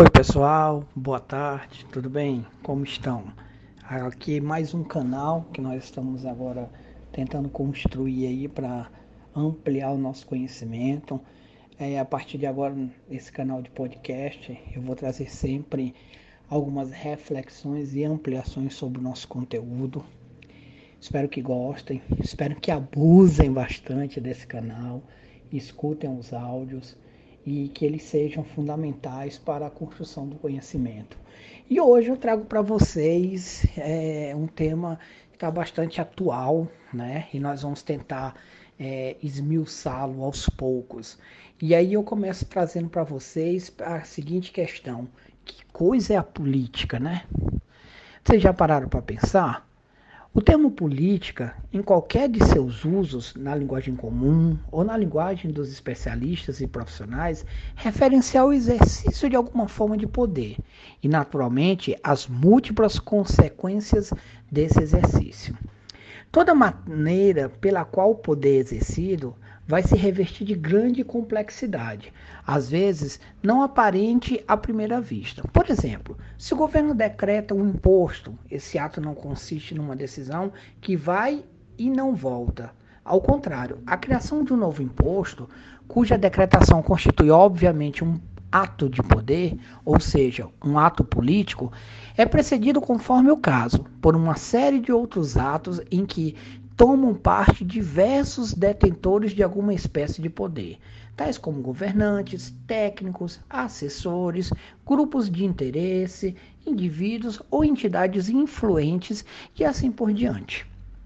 Oi pessoal, boa tarde, tudo bem? Como estão? Aqui mais um canal que nós estamos agora tentando construir aí para ampliar o nosso conhecimento. A partir de agora, esse canal de podcast, eu vou trazer sempre algumas reflexões e ampliações sobre o nosso conteúdo. Espero que gostem, espero que abusem bastante desse canal, escutem os áudios e que eles sejam fundamentais para a construção do conhecimento. E hoje eu trago para vocês um tema que está bastante atual, né? E nós vamos tentar esmiuçá-lo aos poucos. E aí eu começo trazendo para vocês a seguinte questão: que coisa é a política, né? Vocês já pararam para pensar? O termo política, em qualquer de seus usos, na linguagem comum ou na linguagem dos especialistas e profissionais, refere-se ao exercício de alguma forma de poder e, naturalmente, às múltiplas consequências desse exercício. Toda maneira pela qual o poder é exercido vai se revestir de grande complexidade, às vezes não aparente à primeira vista. Por exemplo, se o governo decreta um imposto, esse ato não consiste numa decisão que vai e não volta. Ao contrário, a criação de um novo imposto, cuja decretação constitui obviamente um ato de poder, ou seja, um ato político, é precedido, conforme o caso, por uma série de outros atos em que tomam parte diversos detentores de alguma espécie de poder, tais como governantes, técnicos, assessores, grupos de interesse, indivíduos ou entidades influentes e assim por diante.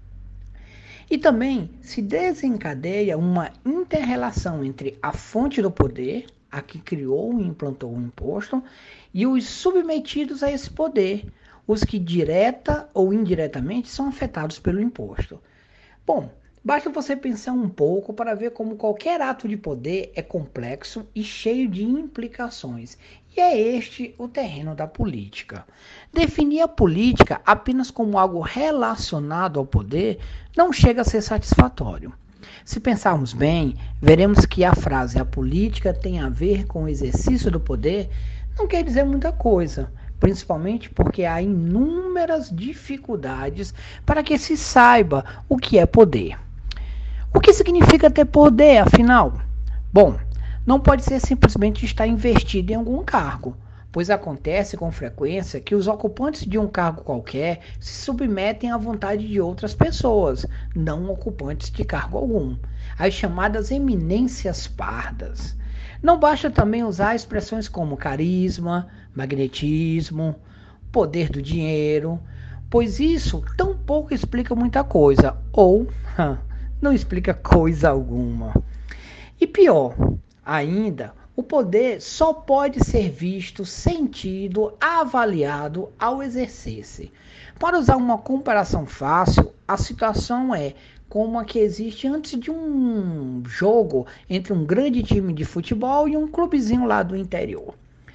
E também se desencadeia uma inter-relação entre a fonte do poder, a que criou e implantou o imposto, e os submetidos a esse poder, os que direta ou indiretamente são afetados pelo imposto. Bom, basta você pensar um pouco para ver como qualquer ato de poder é complexo e cheio de implicações. E é este o terreno da política. Definir a política apenas como algo relacionado ao poder não chega a ser satisfatório. Se pensarmos bem, veremos que a frase "a política tem a ver com o exercício do poder" não quer dizer muita coisa, principalmente porque há inúmeras dificuldades para que se saiba o que é poder. O que significa ter poder, afinal? Bom, não pode ser simplesmente estar investido em algum cargo, pois acontece com frequência que os ocupantes de um cargo qualquer se submetem à vontade de outras pessoas, não ocupantes de cargo algum, as chamadas eminências pardas. Não basta também usar expressões como carisma, magnetismo, poder do dinheiro, pois isso tão pouco explica muita coisa, ou não explica coisa alguma. E pior ainda, o poder só pode ser visto, sentido, avaliado ao exercer-se. Para usar uma comparação fácil, a situação é como a que existe antes de um jogo entre um grande time de futebol e um clubezinho lá do interior.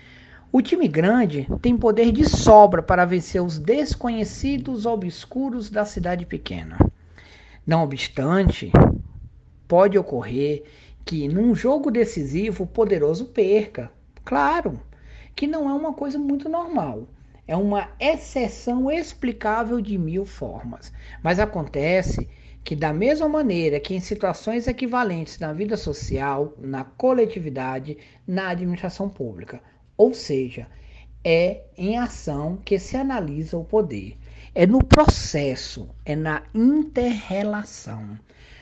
O time grande tem poder de sobra para vencer os desconhecidos obscuros da cidade pequena. Não obstante, pode ocorrer que num jogo decisivo o poderoso perca. Claro, que não é uma coisa muito normal. É uma exceção explicável de mil formas. Mas acontece que da mesma maneira que em situações equivalentes na vida social, na coletividade, na administração pública. Ou seja, é em ação que se analisa o poder. É no processo, é na inter-relação.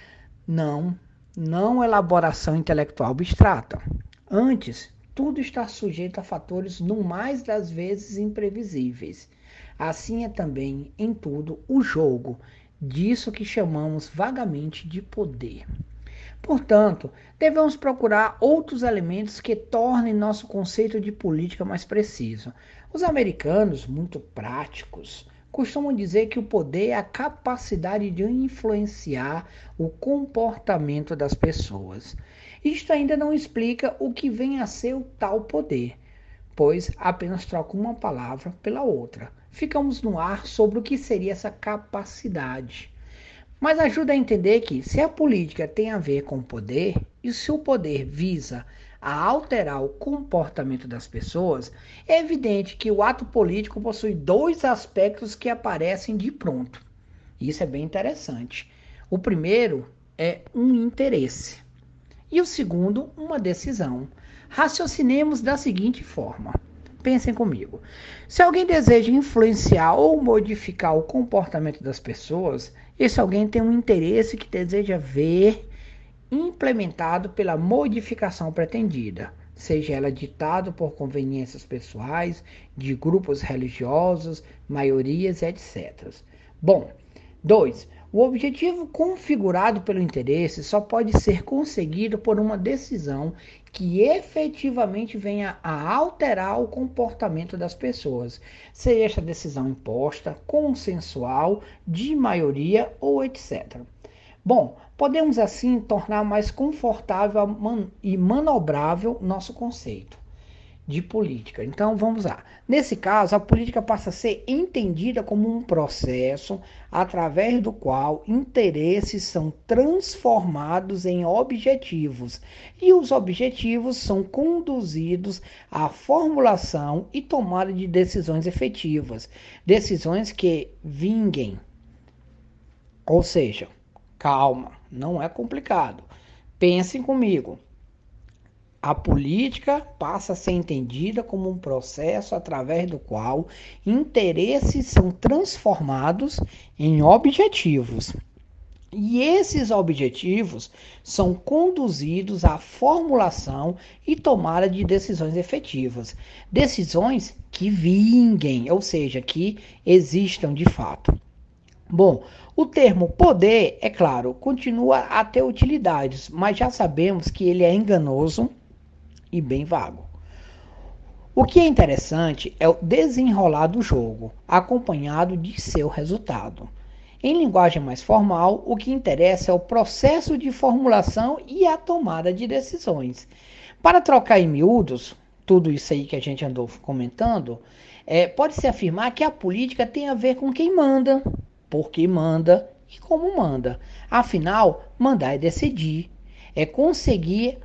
Não elaboração intelectual abstrata. Antes, tudo está sujeito a fatores no mais das vezes imprevisíveis. Assim é também em tudo o jogo, disso que chamamos vagamente de poder. Portanto, devemos procurar outros elementos que tornem nosso conceito de política mais preciso. Os americanos, muito práticos, costumam dizer que o poder é a capacidade de influenciar o comportamento das pessoas. Isto ainda não explica o que vem a ser o tal poder, pois apenas troca uma palavra pela outra. Ficamos no ar sobre o que seria essa capacidade. Mas ajuda a entender que, se a política tem a ver com poder, e se o poder visa a alterar o comportamento das pessoas, é evidente que o ato político possui dois aspectos que aparecem de pronto. Isso é bem interessante. O primeiro é um interesse e o segundo, uma decisão. Raciocinemos da seguinte forma. Pensem comigo. Se alguém deseja influenciar ou modificar o comportamento das pessoas, esse alguém tem um interesse que deseja ver implementado pela modificação pretendida, seja ela ditado por conveniências pessoais, de grupos religiosos, maiorias, etc. Bom, 2. O objetivo configurado pelo interesse só pode ser conseguido por uma decisão que efetivamente venha a alterar o comportamento das pessoas, seja essa decisão imposta, consensual, de maioria ou etc. Bom, podemos assim tornar mais confortável e manobrável nosso conceito de política. Então vamos lá. Nesse caso, a política passa a ser entendida como um processo através do qual interesses são transformados em objetivos e os objetivos são conduzidos à formulação e tomada de decisões efetivas, decisões que vinguem. Ou seja, calma, não é complicado. Pensem comigo. A política passa a ser entendida como um processo através do qual interesses são transformados em objetivos. E esses objetivos são conduzidos à formulação e tomada de decisões efetivas. Decisões que vinguem, ou seja, que existam de fato. Bom, o termo poder, é claro, continua a ter utilidades, mas já sabemos que ele é enganoso e bem vago. O que é interessante é o desenrolar do jogo, acompanhado de seu resultado. Em linguagem mais formal, o que interessa é o processo de formulação e a tomada de decisões. Para trocar em miúdos, tudo isso aí que a gente andou comentando, pode-se afirmar que a política tem a ver com quem manda, por que manda e como manda. Afinal, mandar é decidir, é conseguir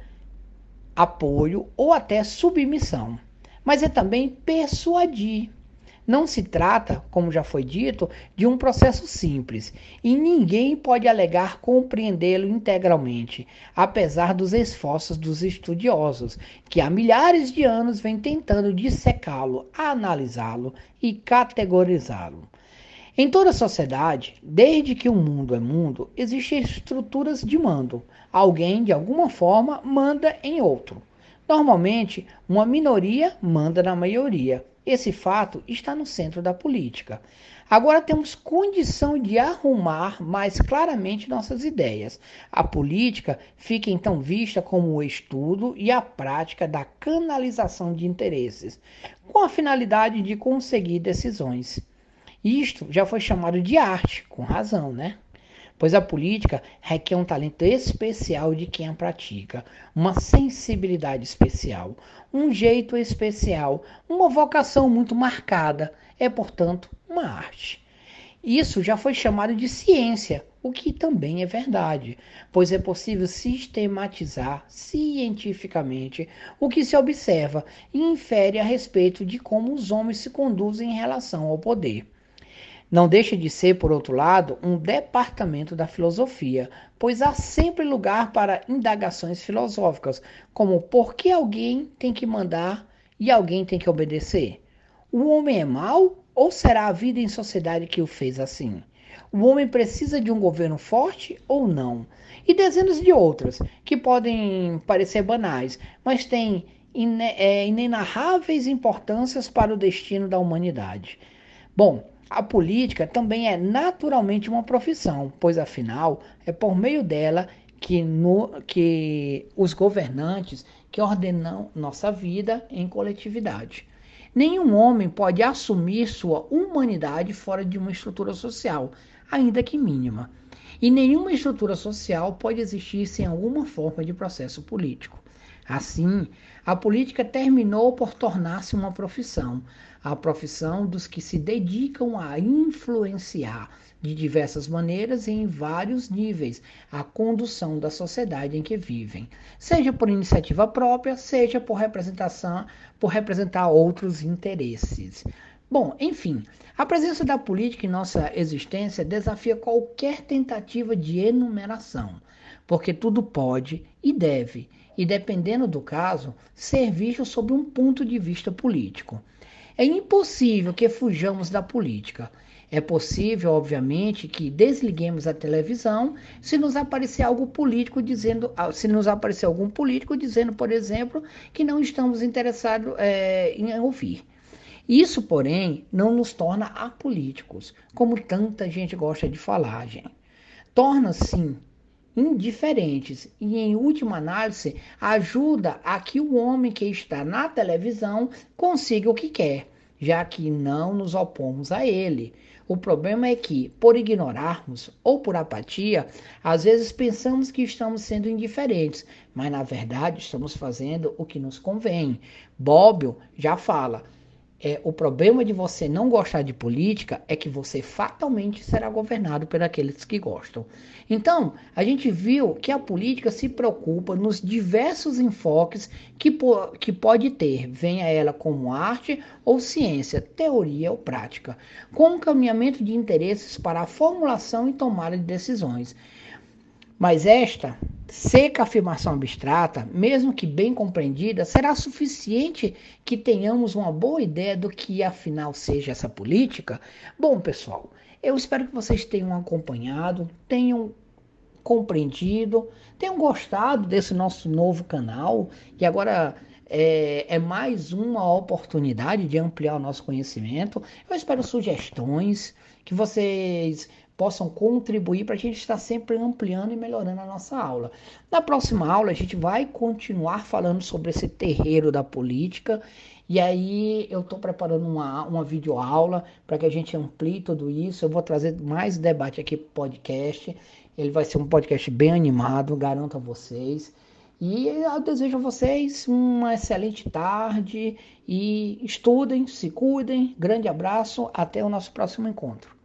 apoio ou até submissão, mas é também persuadir. Não se trata, como já foi dito, de um processo simples e ninguém pode alegar compreendê-lo integralmente, apesar dos esforços dos estudiosos, que há milhares de anos vêm tentando dissecá-lo, analisá-lo e categorizá-lo. Em toda sociedade, desde que o mundo é mundo, existem estruturas de mando. Alguém, de alguma forma, manda em outro. Normalmente, uma minoria manda na maioria. Esse fato está no centro da política. Agora temos condição de arrumar mais claramente nossas ideias. A política fica então vista como o estudo e a prática da canalização de interesses, com a finalidade de conseguir decisões. Isto já foi chamado de arte, com razão, né? Pois a política requer um talento especial de quem a pratica, uma sensibilidade especial, um jeito especial, uma vocação muito marcada. É, portanto, uma arte. Isso já foi chamado de ciência, o que também é verdade, pois é possível sistematizar cientificamente o que se observa e infere a respeito de como os homens se conduzem em relação ao poder. Não deixa de ser, por outro lado, um departamento da filosofia, pois há sempre lugar para indagações filosóficas, como por que alguém tem que mandar e alguém tem que obedecer? O homem é mau ou será a vida em sociedade que o fez assim? O homem precisa de um governo forte ou não? E dezenas de outras, que podem parecer banais, mas têm inenarráveis importâncias para o destino da humanidade. Bom, a política também é naturalmente uma profissão, pois afinal é por meio dela que os governantes que ordenam nossa vida em coletividade. Nenhum homem pode assumir sua humanidade fora de uma estrutura social, ainda que mínima. E nenhuma estrutura social pode existir sem alguma forma de processo político. Assim, a política terminou por tornar-se uma profissão, a profissão dos que se dedicam a influenciar de diversas maneiras e em vários níveis a condução da sociedade em que vivem, seja por iniciativa própria, seja por representar outros interesses. Bom, enfim, a presença da política em nossa existência desafia qualquer tentativa de enumeração, porque tudo pode e deve, e dependendo do caso, ser visto sob um ponto de vista político. É impossível que fujamos da política. É possível, obviamente, que desliguemos a televisão se nos aparecer algo político dizendo, se nos aparecer algum político dizendo, por exemplo, que não estamos interessados em ouvir. Isso, porém, não nos torna apolíticos, como tanta gente gosta de falar, gente. Torna, sim, indiferentes e, em última análise, ajuda a que o homem que está na televisão consiga o que quer, já que não nos opomos a ele. O problema é que, por ignorarmos ou por apatia, às vezes pensamos que estamos sendo indiferentes, mas na verdade estamos fazendo o que nos convém. Bobbio já fala. O problema de você não gostar de política é que você fatalmente será governado por aqueles que gostam. Então, a gente viu que a política se preocupa nos diversos enfoques que pode ter, venha ela como arte ou ciência, teoria ou prática, com um caminhamento de interesses para a formulação e tomada de decisões. Mas esta seca afirmação abstrata, mesmo que bem compreendida, será suficiente que tenhamos uma boa ideia do que afinal seja essa política? Bom, pessoal, eu espero que vocês tenham acompanhado, tenham compreendido, tenham gostado desse nosso novo canal, que agora é mais uma oportunidade de ampliar o nosso conhecimento. Eu espero sugestões, que vocês possam contribuir para a gente estar sempre ampliando e melhorando a nossa aula. Na próxima aula, a gente vai continuar falando sobre esse terreiro da política, e aí eu estou preparando uma videoaula para que a gente amplie tudo isso. Eu vou trazer mais debate aqui para o podcast. Ele vai ser um podcast bem animado, garanto a vocês. E eu desejo a vocês uma excelente tarde e estudem, se cuidem. Grande abraço, até o nosso próximo encontro.